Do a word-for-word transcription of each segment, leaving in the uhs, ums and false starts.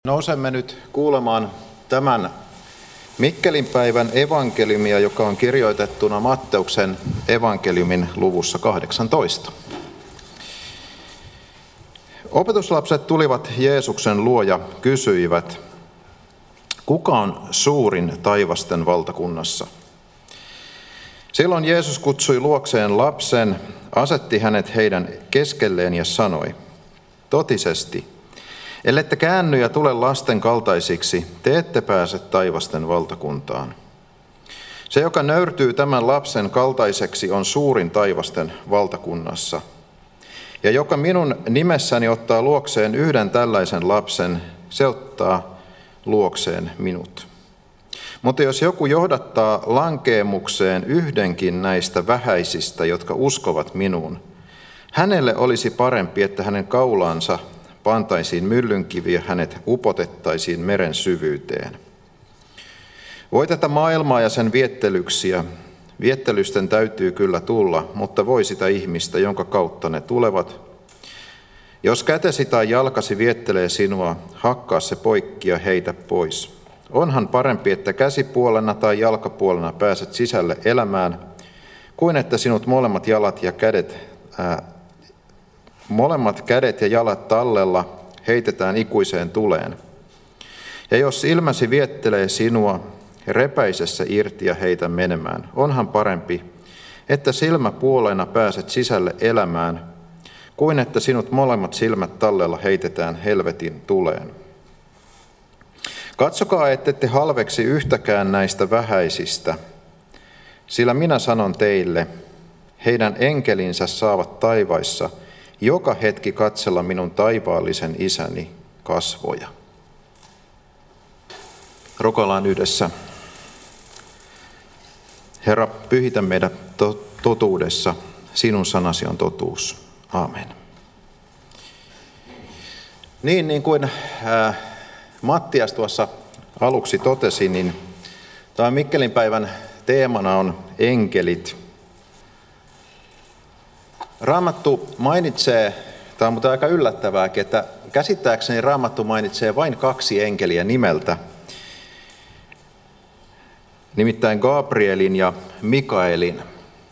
Nousemme nyt kuulemaan tämän Mikkelin päivän evankeliumia, joka on kirjoitettuna Matteuksen evankeliumin luvussa kahdeksantoista. Opetuslapset tulivat Jeesuksen luo ja kysyivät, kuka on suurin taivasten valtakunnassa? Silloin Jeesus kutsui luokseen lapsen, asetti hänet heidän keskelleen ja sanoi, totisesti, ellette käänny ja tule lasten kaltaisiksi, te ette pääse taivasten valtakuntaan. Se, joka nöyrtyy tämän lapsen kaltaiseksi, on suurin taivasten valtakunnassa. Ja joka minun nimessäni ottaa luokseen yhden tällaisen lapsen, se ottaa luokseen minut. Mutta jos joku johdattaa lankeemukseen yhdenkin näistä vähäisistä, jotka uskovat minuun, hänelle olisi parempi, että hänen kaulaansa pantaisiin myllynkivi ja hänet upotettaisiin meren syvyyteen. Voi tätä maailmaa ja sen viettelyksiä. Viettelysten täytyy kyllä tulla, mutta voi sitä ihmistä, jonka kautta ne tulevat. Jos kätesi tai jalkasi viettelee sinua, hakkaa se poikki ja heitä pois. Onhan parempi, että käsipuolena tai jalkapuolena pääset sisälle elämään, kuin että sinut molemmat jalat ja kädet ää, Molemmat kädet ja jalat tallella heitetään ikuiseen tuleen. Ja jos silmäsi viettelee sinua, repäise se irti ja heitä menemään. Onhan parempi, että silmäpuolena pääset sisälle elämään, kuin että sinut molemmat silmät tallella heitetään helvetin tuleen. Katsokaa, ettette halveksi yhtäkään näistä vähäisistä, sillä minä sanon teille, heidän enkelinsä saavat taivaissa joka hetki katsella minun taivaallisen isäni kasvoja. Rukoillaan yhdessä. Herra, pyhitä meidät totuudessa. Sinun sanasi on totuus. Aamen. Niin, niin kuin ää, Mattias tuossa aluksi totesi, niin tämä Mikkelin päivän teemana on enkelit. Raamattu mainitsee, tämä on mutta aika yllättävääkin, että käsittääkseni Raamattu mainitsee vain kaksi enkeliä nimeltä, nimittäin Gabrielin ja Mikaelin.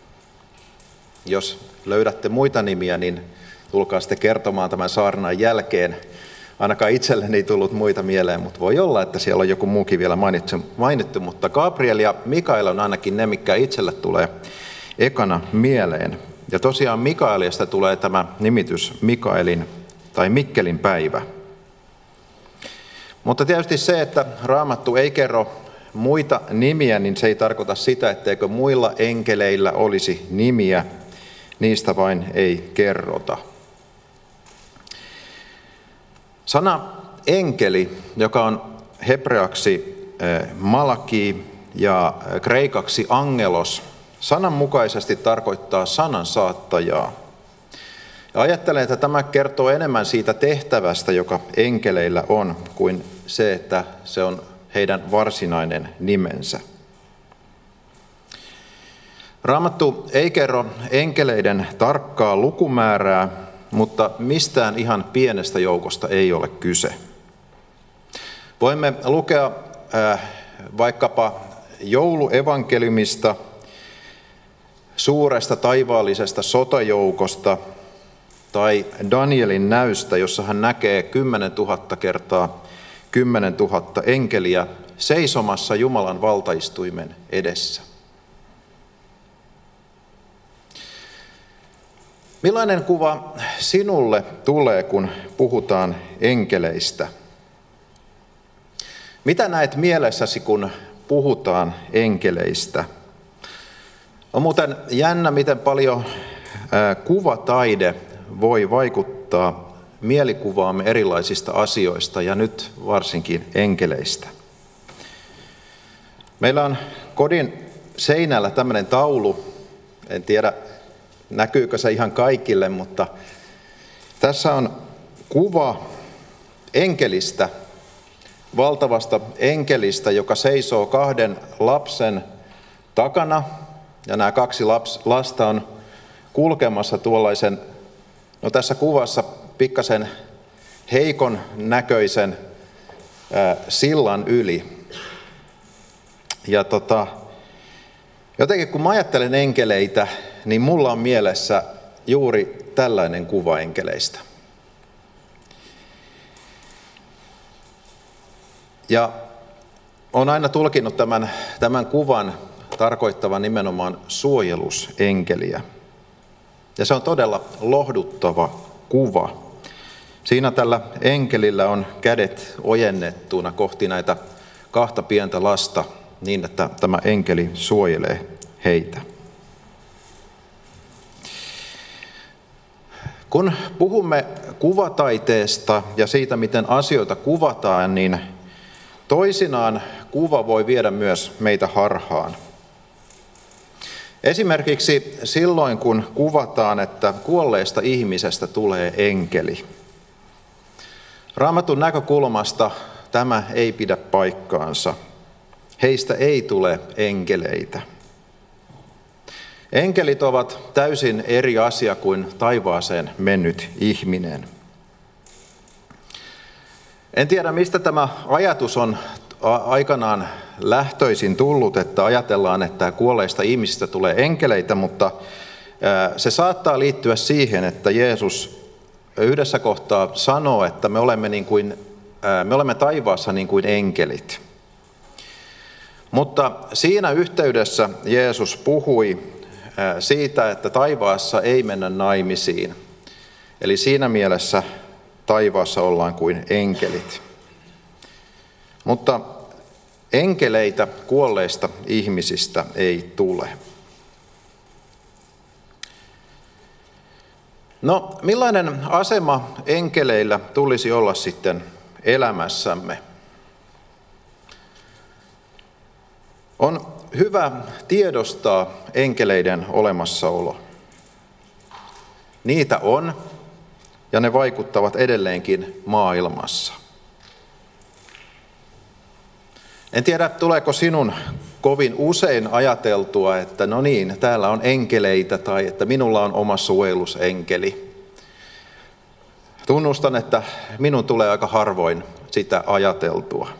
Jos löydätte muita nimiä, niin tulkaa sitten kertomaan tämän saarnan jälkeen. Ainakaan itselleni ei tullut muita mieleen, mutta voi olla, että siellä on joku muukin vielä mainittu, mutta Gabriel ja Mikael on ainakin ne, mikä itselle tulee ekana mieleen. Ja tosiaan Mikaelista tulee tämä nimitys Mikaelin tai Mikkelin päivä. Mutta tietysti se, että Raamattu ei kerro muita nimiä, niin se ei tarkoita sitä, etteikö muilla enkeleillä olisi nimiä, niistä vain ei kerrota. Sana enkeli, joka on hebreaksi malaki ja kreikaksi angelos, sananmukaisesti tarkoittaa sanan saattajaa. Ja ajattelen, että tämä kertoo enemmän siitä tehtävästä, joka enkeleillä on, kuin se, että se on heidän varsinainen nimensä. Raamattu ei kerro enkeleiden tarkkaa lukumäärää, mutta mistään ihan pienestä joukosta ei ole kyse. Voimme lukea äh, vaikkapa jouluevankeliumista, suuresta taivaallisesta sotajoukosta tai Danielin näystä, jossa hän näkee kymmenen tuhatta kertaa kymmenen tuhatta enkeliä seisomassa Jumalan valtaistuimen edessä. Millainen kuva sinulle tulee, kun puhutaan enkeleistä? Mitä näet mielessäsi, kun puhutaan enkeleistä? On muuten jännä, miten paljon kuvataide voi vaikuttaa mielikuvaamme erilaisista asioista ja nyt varsinkin enkeleistä. Meillä on kodin seinällä tämmöinen taulu, en tiedä näkyykö se ihan kaikille, mutta tässä on kuva enkelistä, valtavasta enkelistä, joka seisoo kahden lapsen takana. Ja nämä kaksi lasta on kulkemassa tuollaisen, no tässä kuvassa pikkasen heikon näköisen ää, sillan yli. Ja tota, jotenkin kun mä ajattelen enkeleitä, niin mulla on mielessä juuri tällainen kuva enkeleistä. Ja olen aina tulkinnut tämän, tämän kuvan tarkoittavan nimenomaan suojelusenkeliä. Ja se on todella lohduttava kuva. Siinä tällä enkelillä on kädet ojennettuna kohti näitä kahta pientä lasta niin, että tämä enkeli suojelee heitä. Kun puhumme kuvataiteesta ja siitä, miten asioita kuvataan, niin toisinaan kuva voi viedä myös meitä harhaan. Esimerkiksi silloin, kun kuvataan, että kuolleesta ihmisestä tulee enkeli. Raamatun näkökulmasta tämä ei pidä paikkaansa. Heistä ei tule enkeleitä. Enkelit ovat täysin eri asia kuin taivaaseen mennyt ihminen. En tiedä, mistä tämä ajatus on aikanaan lähtöisin tullut, että ajatellaan, että kuolleista ihmisistä tulee enkeleitä, mutta se saattaa liittyä siihen, että Jeesus yhdessä kohtaa sanoo, että me olemme, niin kuin, me olemme taivaassa niin kuin enkelit. Mutta siinä yhteydessä Jeesus puhui siitä, että taivaassa ei mennä naimisiin. Eli siinä mielessä taivaassa ollaan kuin enkelit. Mutta enkeleitä kuolleista ihmisistä ei tule. No, millainen asema enkeleillä tulisi olla sitten elämässämme? On hyvä tiedostaa enkeleiden olemassaolo. Niitä on, ja ne vaikuttavat edelleenkin maailmassa. En tiedä, tuleeko sinun kovin usein ajateltua, että no niin, täällä on enkeleitä tai että minulla on oma suojelusenkeli. Tunnustan, että minun tulee aika harvoin sitä ajateltua.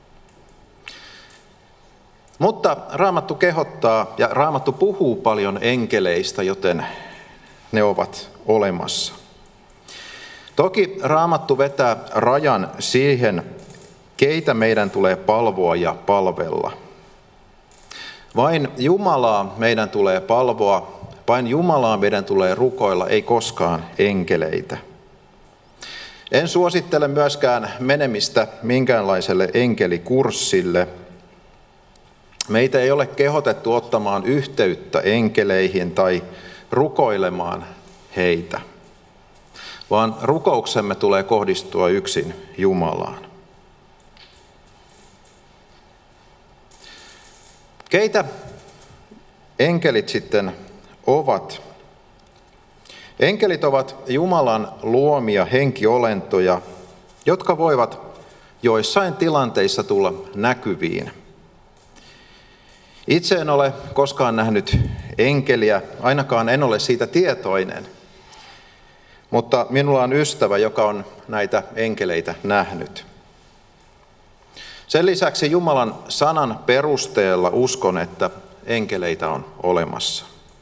Mutta Raamattu kehottaa ja Raamattu puhuu paljon enkeleistä, joten ne ovat olemassa. Toki Raamattu vetää rajan siihen, keitä meidän tulee palvoa ja palvella. Vain Jumalaa meidän tulee palvoa, vain Jumalaa meidän tulee rukoilla, ei koskaan enkeleitä. En suosittele myöskään menemistä minkäänlaiselle enkelikurssille. Meitä ei ole kehotettu ottamaan yhteyttä enkeleihin tai rukoilemaan heitä, vaan rukouksemme tulee kohdistua yksin Jumalaan. Keitä enkelit sitten ovat? Enkelit ovat Jumalan luomia henkiolentoja, jotka voivat joissain tilanteissa tulla näkyviin. Itse en ole koskaan nähnyt enkeliä, ainakaan en ole siitä tietoinen, mutta minulla on ystävä, joka on näitä enkeleitä nähnyt. Sen lisäksi Jumalan sanan perusteella uskon, että enkeleitä on olemassa.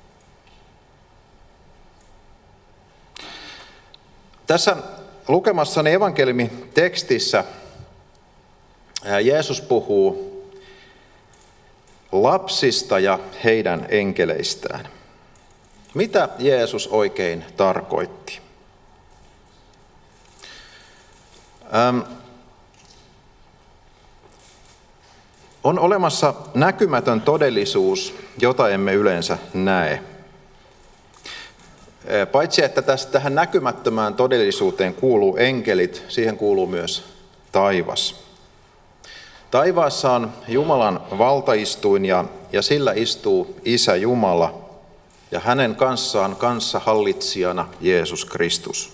Tässä lukemassani evankeliumitekstissä Jeesus puhuu lapsista ja heidän enkeleistään. Mitä Jeesus oikein tarkoitti? Ähm, on olemassa näkymätön todellisuus, jota emme yleensä näe. Paitsi että tästä, tähän näkymättömään todellisuuteen kuuluu enkelit, siihen kuuluu myös taivas. Taivaassa on Jumalan valtaistuin ja, ja sillä istuu Isä Jumala ja hänen kanssaan kanssahallitsijana Jeesus Kristus.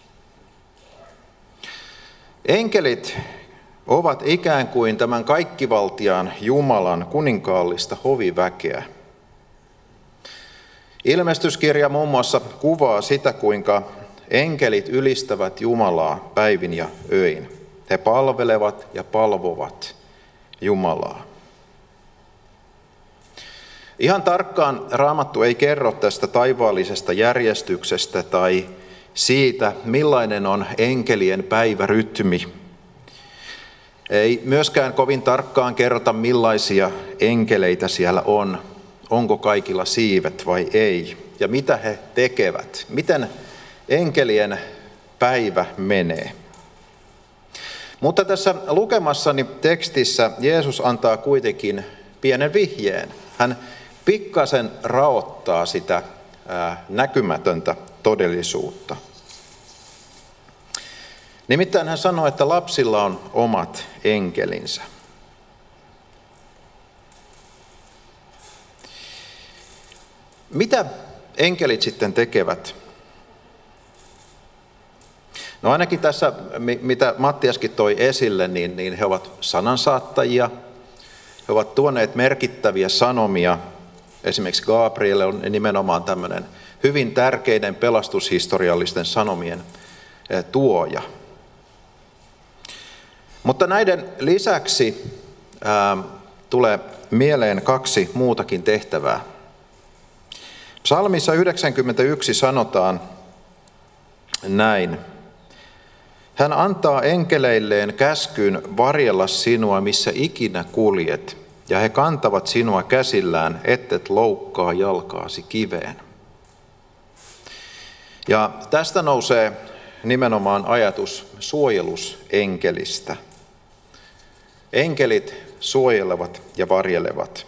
Enkelit ovat ikään kuin tämän kaikkivaltiaan Jumalan kuninkaallista hoviväkeä. Ilmestyskirja muun muassa kuvaa sitä, kuinka enkelit ylistävät Jumalaa päivin ja öin. He palvelevat ja palvovat Jumalaa. Ihan tarkkaan Raamattu ei kerro tästä taivaallisesta järjestyksestä tai siitä, millainen on enkelien päivärytmi. Ei myöskään kovin tarkkaan kerrota, millaisia enkeleitä siellä on, onko kaikilla siivet vai ei, ja mitä he tekevät, miten enkelien päivä menee. Mutta tässä lukemassani tekstissä Jeesus antaa kuitenkin pienen vihjeen. Hän pikkasen raottaa sitä näkymätöntä todellisuutta. Nimittäin hän sanoi, että lapsilla on omat enkelinsä. Mitä enkelit sitten tekevät? No ainakin tässä, mitä Mattiaskin toi esille, niin, niin he ovat sanansaattajia. He ovat tuoneet merkittäviä sanomia. Esimerkiksi Gabriel on nimenomaan tämmöinen hyvin tärkeiden pelastushistoriallisten sanomien tuoja. Mutta näiden lisäksi ää, tulee mieleen kaksi muutakin tehtävää. Psalmissa yhdeksänkymmentäyksi sanotaan näin. Hän antaa enkeleilleen käskyn varjella sinua, missä ikinä kuljet, ja he kantavat sinua käsillään, ettet loukkaa jalkaasi kiveen. Ja tästä nousee nimenomaan ajatus suojelusenkelistä. Enkelit suojelevat ja varjelevat.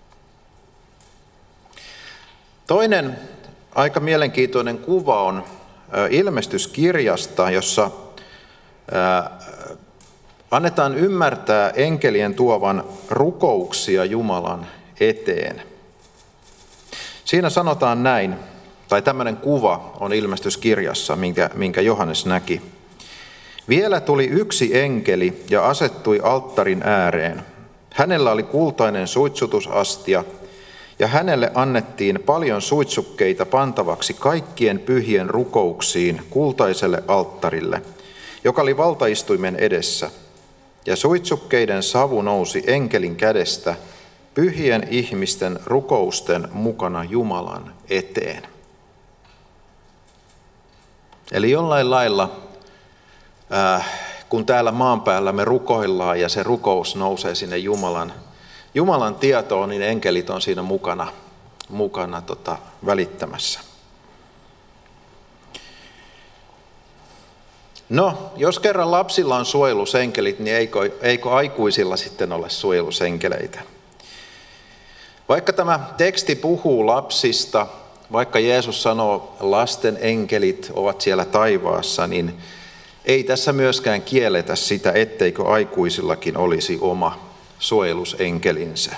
Toinen aika mielenkiintoinen kuva on ilmestyskirjasta, jossa annetaan ymmärtää enkelien tuovan rukouksia Jumalan eteen. Siinä sanotaan näin, tai tämmöinen kuva on ilmestyskirjassa, minkä, minkä Johannes näki. Vielä tuli yksi enkeli ja asettui alttarin ääreen. Hänellä oli kultainen suitsutusastia, ja hänelle annettiin paljon suitsukkeita pantavaksi kaikkien pyhien rukouksiin kultaiselle alttarille, joka oli valtaistuimen edessä. Ja suitsukkeiden savu nousi enkelin kädestä pyhien ihmisten rukousten mukana Jumalan eteen. Eli jollain lailla, äh, kun täällä maan päällä me rukoillaan ja se rukous nousee sinne Jumalan, Jumalan tietoon, niin enkelit on siinä mukana, mukana tota, välittämässä. No, jos kerran lapsilla on suojelusenkelit, niin eikö, eikö aikuisilla sitten ole suojelusenkeleitä? Vaikka tämä teksti puhuu lapsista, vaikka Jeesus sanoo, lasten enkelit ovat siellä taivaassa, niin ei tässä myöskään kielletä sitä, etteikö aikuisillakin olisi oma suojelusenkelinsä.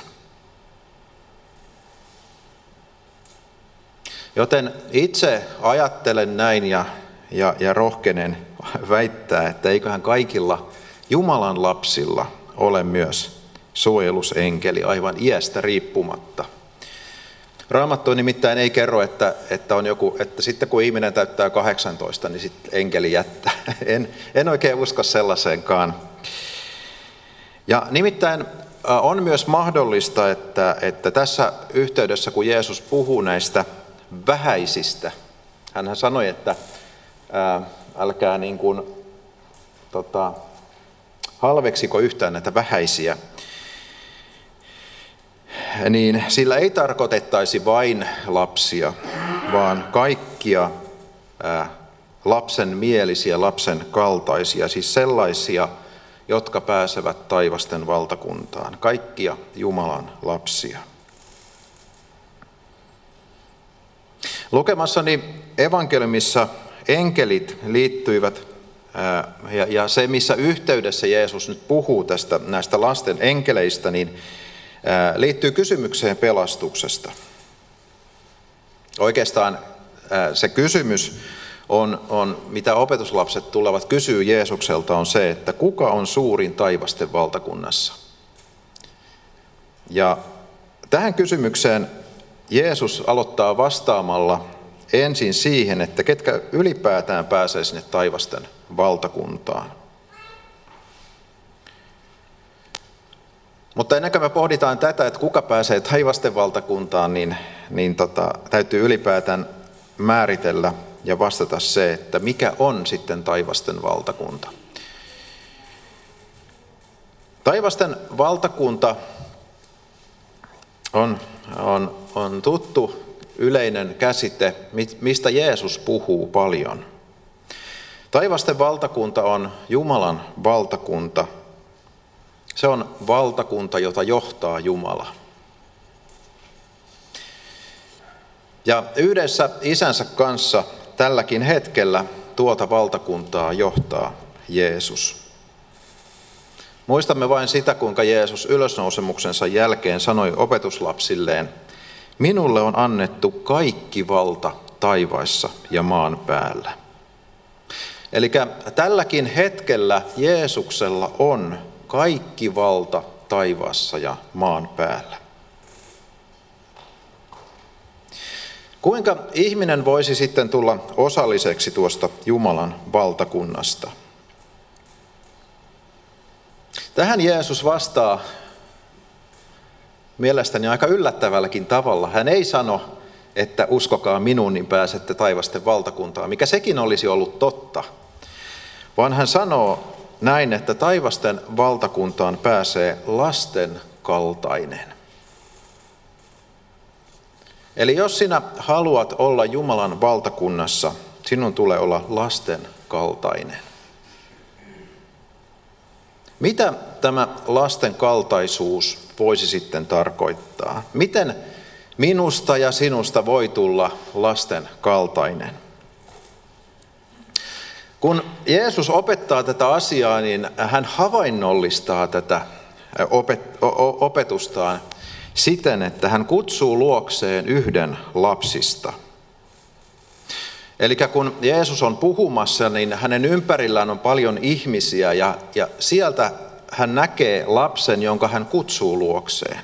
Joten itse ajattelen näin ja, ja, ja rohkenen väittää, että eiköhän kaikilla Jumalan lapsilla ole myös suojelusenkeli aivan iästä riippumatta. Raamattu nimittäin ei kerro, että, että, on joku, että sitten kun ihminen täyttää kahdeksantoista, niin sitten enkeli jättää. En, en oikein usko sellaiseenkaan. Ja nimittäin on myös mahdollista, että, että tässä yhteydessä, kun Jeesus puhuu näistä vähäisistä, hän sanoi, että ää, älkää niin kuin, tota, halveksiko yhtään näitä vähäisiä, niin sillä ei tarkoitettaisi vain lapsia, vaan kaikkia ää, lapsen mielisiä, lapsen kaltaisia, siis sellaisia, jotka pääsevät taivasten valtakuntaan, kaikkia Jumalan lapsia. Lukemassani evankeliumissa enkelit liittyivät, ää, ja, ja se missä yhteydessä Jeesus nyt puhuu tästä, näistä lasten enkeleistä, niin ää, liittyy kysymykseen pelastuksesta. Oikeastaan ää, se kysymys on, on, mitä opetuslapset tulevat kysyä Jeesukselta, on se, että kuka on suurin taivasten valtakunnassa? Ja tähän kysymykseen Jeesus aloittaa vastaamalla ensin siihen, että ketkä ylipäätään pääsee sinne taivasten valtakuntaan. Mutta ennen kuin me pohditaan tätä, että kuka pääsee taivasten valtakuntaan, niin, niin tota, täytyy ylipäätään määritellä ja vastata se, että mikä on sitten taivasten valtakunta. Taivasten valtakunta on, on, on tuttu yleinen käsite, mistä Jeesus puhuu paljon. Taivasten valtakunta on Jumalan valtakunta. Se on valtakunta, jota johtaa Jumala. Ja yhdessä isänsä kanssa tälläkin hetkellä tuota valtakuntaa johtaa Jeesus. Muistamme vain sitä, kuinka Jeesus ylösnousemuksensa jälkeen sanoi opetuslapsilleen, minulle on annettu kaikki valta taivaissa ja maan päällä. Eli tälläkin hetkellä Jeesuksella on kaikki valta taivaassa ja maan päällä. Kuinka ihminen voisi sitten tulla osalliseksi tuosta Jumalan valtakunnasta? Tähän Jeesus vastaa mielestäni aika yllättävälläkin tavalla. Hän ei sano, että uskokaa minuun, niin pääsette taivasten valtakuntaan, mikä sekin olisi ollut totta. Vaan hän sanoo näin, että taivasten valtakuntaan pääsee lasten kaltainen. Eli jos sinä haluat olla Jumalan valtakunnassa, sinun tulee olla lasten kaltainen. Mitä tämä lasten kaltaisuus voisi sitten tarkoittaa? Miten minusta ja sinusta voi tulla lasten kaltainen? Kun Jeesus opettaa tätä asiaa, niin hän havainnollistaa tätä opetustaan siten, että hän kutsuu luokseen yhden lapsista. Eli kun Jeesus on puhumassa, niin hänen ympärillään on paljon ihmisiä ja, ja sieltä hän näkee lapsen, jonka hän kutsuu luokseen.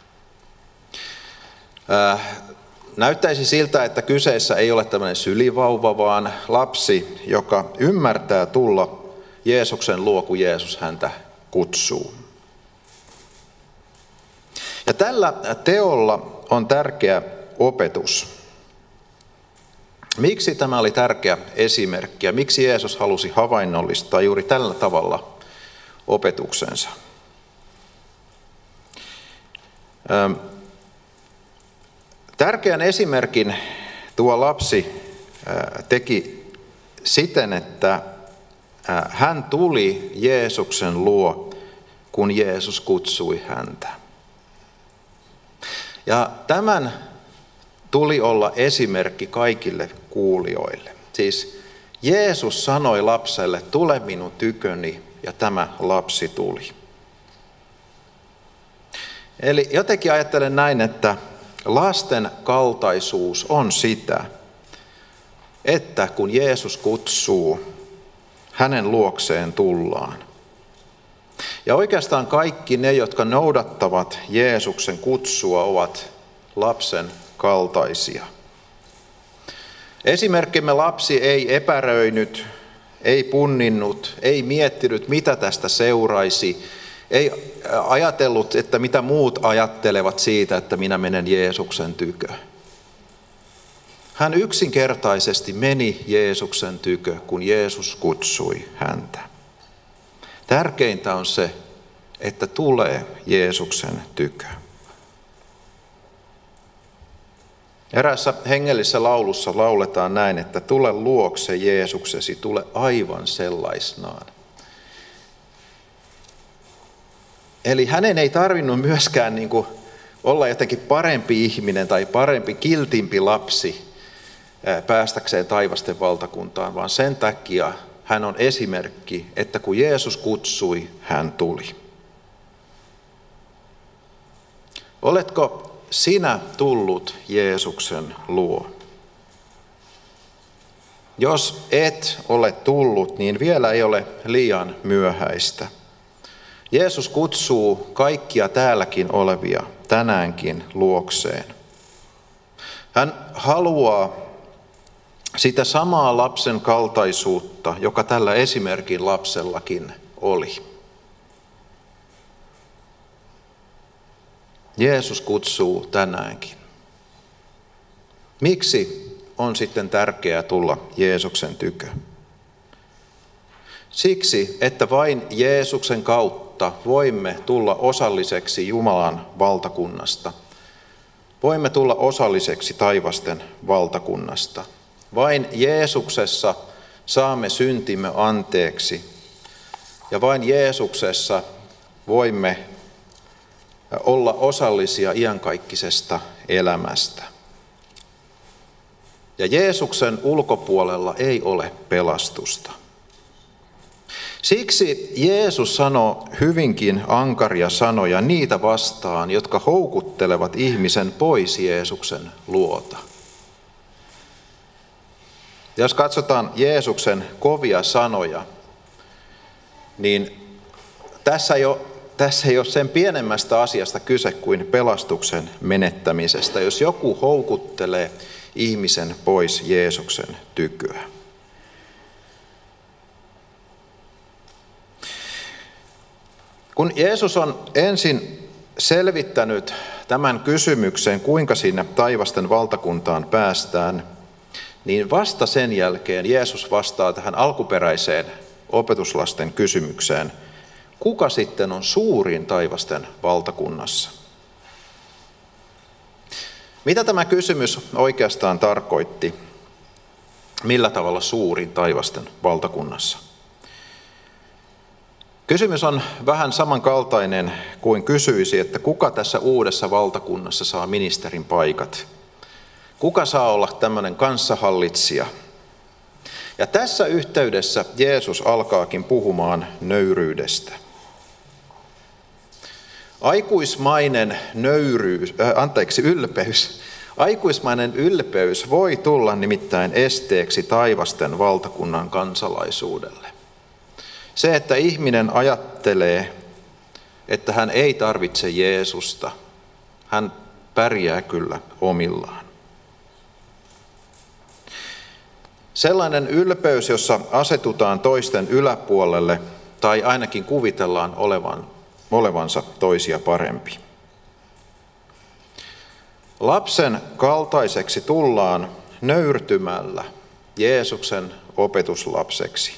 Äh, näyttäisi siltä, että kyseessä ei ole tämmöinen sylivauva, vaan lapsi, joka ymmärtää tulla Jeesuksen luo, kun Jeesus häntä kutsuu. Ja tällä teolla on tärkeä opetus. Miksi tämä oli tärkeä esimerkki ja miksi Jeesus halusi havainnollistaa juuri tällä tavalla opetuksensa? Tärkeän esimerkin tuo lapsi teki siten, että hän tuli Jeesuksen luo, kun Jeesus kutsui häntä. Ja tämän tuli olla esimerkki kaikille kuulijoille. Siis Jeesus sanoi lapselle, tule minun tyköni, ja tämä lapsi tuli. Eli jotenkin ajattelen näin, että lasten kaltaisuus on sitä, että kun Jeesus kutsuu, hänen luokseen tullaan. Ja oikeastaan kaikki ne, jotka noudattavat Jeesuksen kutsua, ovat lapsen kaltaisia. Esimerkkimme lapsi ei epäröinyt, ei punninnut, ei miettinyt, mitä tästä seuraisi, ei ajatellut, että mitä muut ajattelevat siitä, että minä menen Jeesuksen tykö. Hän yksinkertaisesti meni Jeesuksen tykö, kun Jeesus kutsui häntä. Tärkeintä on se, että tulee Jeesuksen tykö. Eräässä hengellisessä laulussa lauletaan näin, että tule luokse Jeesuksesi, tule aivan sellaisnaan. Eli hänen ei tarvinnut myöskään niin kuin olla jotenkin parempi ihminen tai parempi, kiltimpi lapsi päästäkseen taivasten valtakuntaan, vaan sen takia hän on esimerkki, että kun Jeesus kutsui, hän tuli. Oletko sinä tullut Jeesuksen luo? Jos et ole tullut, niin vielä ei ole liian myöhäistä. Jeesus kutsuu kaikkia täälläkin olevia tänäänkin luokseen. Hän haluaa sitä samaa lapsen kaltaisuutta, joka tällä esimerkin lapsellakin oli. Jeesus kutsuu tänäänkin. Miksi on sitten tärkeää tulla Jeesuksen tykö? Siksi, että vain Jeesuksen kautta voimme tulla osalliseksi Jumalan valtakunnasta. Voimme tulla osalliseksi taivasten valtakunnasta. Vain Jeesuksessa saamme syntimme anteeksi. Ja vain Jeesuksessa voimme olla osallisia iankaikkisesta elämästä. Ja Jeesuksen ulkopuolella ei ole pelastusta. Siksi Jeesus sanoo hyvinkin ankaria sanoja niitä vastaan, jotka houkuttelevat ihmisen pois Jeesuksen luota. Jos katsotaan Jeesuksen kovia sanoja, niin tässä ei ole, tässä ei ole sen pienemmästä asiasta kyse kuin pelastuksen menettämisestä, jos joku houkuttelee ihmisen pois Jeesuksen tyköä. Kun Jeesus on ensin selvittänyt tämän kysymyksen, kuinka sinne taivasten valtakuntaan päästään, niin vasta sen jälkeen Jeesus vastaa tähän alkuperäiseen opetuslasten kysymykseen, kuka sitten on suurin taivasten valtakunnassa? Mitä tämä kysymys oikeastaan tarkoitti? Millä tavalla suurin taivasten valtakunnassa? Kysymys on vähän samankaltainen kuin kysyisi, että kuka tässä uudessa valtakunnassa saa ministerin paikat? Kuka saa olla tämmöinen kanssahallitsija? Ja tässä yhteydessä Jeesus alkaakin puhumaan nöyryydestä. Aikuismainen nöyryys, äh, anteeksi, ylpeys. Aikuismainen ylpeys voi tulla nimittäin esteeksi taivasten valtakunnan kansalaisuudelle. Se, että ihminen ajattelee, että hän ei tarvitse Jeesusta, hän pärjää kyllä omillaan. Sellainen ylpeys, jossa asetutaan toisten yläpuolelle tai ainakin kuvitellaan olevan, olevansa toisia parempi. Lapsen kaltaiseksi tullaan nöyrtymällä Jeesuksen opetuslapseksi.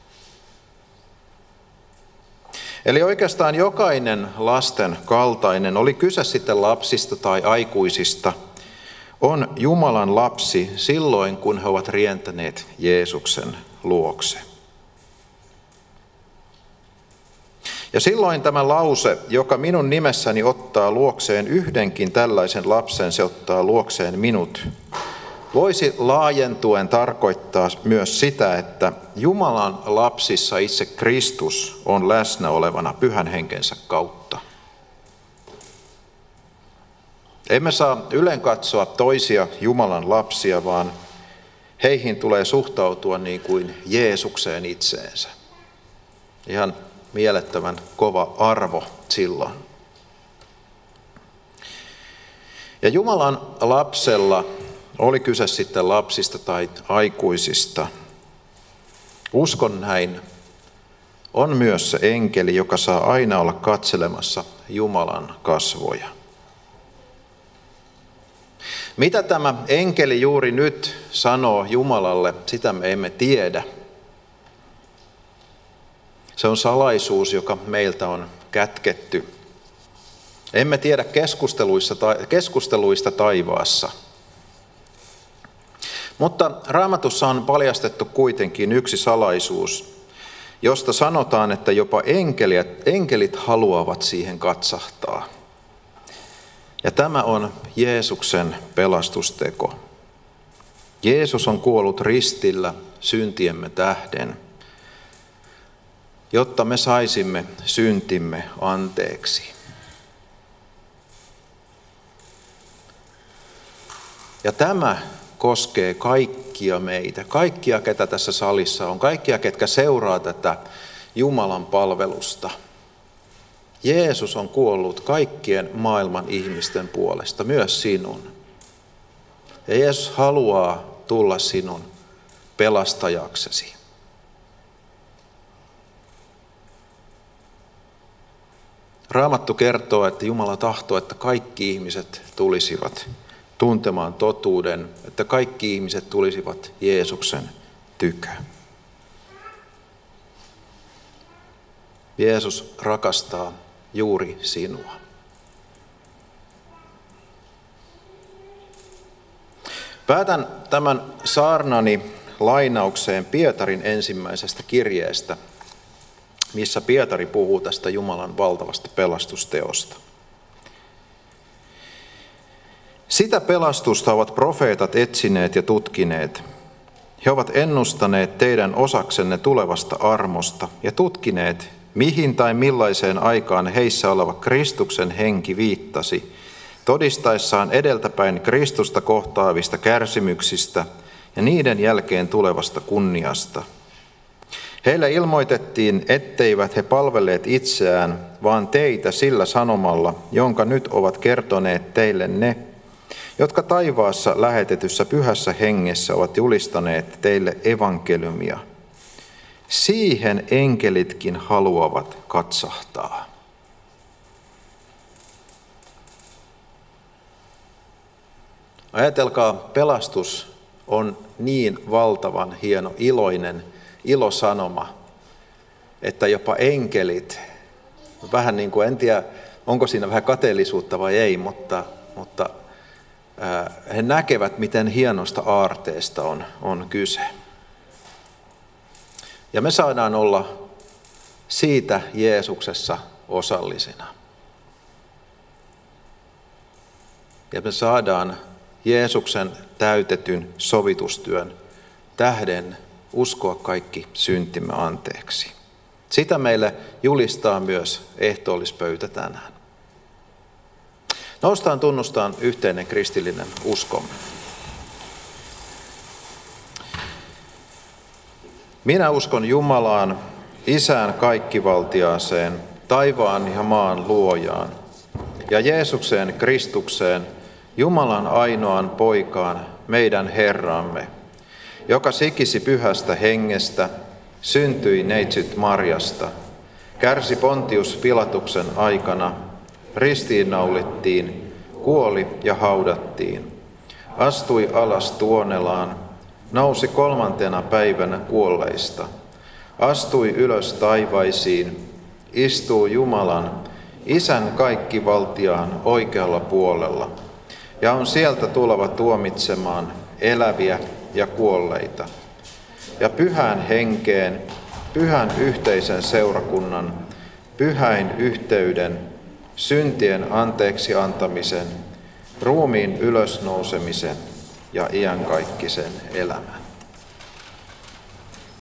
Eli oikeastaan jokainen lasten kaltainen, oli kyse sitten lapsista tai aikuisista, on Jumalan lapsi silloin, kun he ovat rientäneet Jeesuksen luokse. Ja silloin tämä lause, joka minun nimessäni ottaa luokseen yhdenkin tällaisen lapsen, se ottaa luokseen minut, voisi laajentuen tarkoittaa myös sitä, että Jumalan lapsissa itse Kristus on läsnä olevana pyhän henkensä kautta. Emme saa ylenkatsoa toisia Jumalan lapsia, vaan heihin tulee suhtautua niin kuin Jeesukseen itseensä. Ihan mielettömän kova arvo silloin. Ja Jumalan lapsella, oli kyse sitten lapsista tai aikuisista, uskon näin, on myös se enkeli, joka saa aina olla katselemassa Jumalan kasvoja. Mitä tämä enkeli juuri nyt sanoo Jumalalle, sitä me emme tiedä. Se on salaisuus, joka meiltä on kätketty. Emme tiedä keskusteluista taivaassa. Mutta Raamatussa on paljastettu kuitenkin yksi salaisuus, josta sanotaan, että jopa enkelit, enkelit haluavat siihen katsahtaa. Ja tämä on Jeesuksen pelastusteko. Jeesus on kuollut ristillä syntiemme tähden, jotta me saisimme syntimme anteeksi. Ja tämä koskee kaikkia meitä, kaikkia, ketä tässä salissa on, kaikkia, ketkä seuraa tätä Jumalan palvelusta. Jeesus on kuollut kaikkien maailman ihmisten puolesta, myös sinun. Ja Jeesus haluaa tulla sinun pelastajaksesi. Raamattu kertoo, että Jumala tahtoo, että kaikki ihmiset tulisivat tuntemaan totuuden, että kaikki ihmiset tulisivat Jeesuksen tykö. Jeesus rakastaa juuri sinua. Päätän tämän saarnani lainaukseen Pietarin ensimmäisestä kirjeestä, missä Pietari puhuu tästä Jumalan valtavasta pelastusteosta. Sitä pelastusta ovat profeetat etsineet ja tutkineet. He ovat ennustaneet teidän osaksenne tulevasta armosta ja tutkineet, mihin tai millaiseen aikaan heissä oleva Kristuksen henki viittasi, todistaessaan edeltäpäin Kristusta kohtaavista kärsimyksistä ja niiden jälkeen tulevasta kunniasta. Heille ilmoitettiin, etteivät he palvelleet itseään, vaan teitä sillä sanomalla, jonka nyt ovat kertoneet teille ne, jotka taivaassa lähetetyssä pyhässä hengessä ovat julistaneet teille evankeliumia. Siihen enkelitkin haluavat katsahtaa. Ajatelkaa, pelastus on niin valtavan hieno, iloinen ilosanoma, että jopa enkelit, vähän niin kuin, en tiedä, onko siinä vähän kateellisuutta vai ei, mutta, mutta ää, he näkevät, miten hienosta aarteesta on, on kyse. Ja me saadaan olla siitä Jeesuksessa osallisina. Ja me saadaan Jeesuksen täytetyn sovitustyön tähden uskoa kaikki syntimme anteeksi. Sitä meille julistaa myös ehtoollispöytä tänään. Noustaan tunnustaan yhteinen kristillinen uskomme. Minä uskon Jumalaan, Isään kaikkivaltiaaseen, taivaan ja maan luojaan, ja Jeesukseen Kristukseen, Jumalan ainoan poikaan, meidän Herramme, joka sikisi pyhästä hengestä, syntyi neitsyt Marjasta, kärsi Pontius Pilatuksen aikana, ristiinnaulittiin, kuoli ja haudattiin, astui alas tuonelaan, nousi kolmantena päivänä kuolleista, astui ylös taivaisiin, istuu Jumalan, Isän kaikkivaltiaan oikealla puolella, ja on sieltä tuleva tuomitsemaan eläviä ja kuolleita. Ja pyhän henkeen, pyhän yhteisen seurakunnan, pyhäin yhteyden, syntien anteeksi antamisen, ruumiin ylösnousemisen ja iankaikkisen elämän.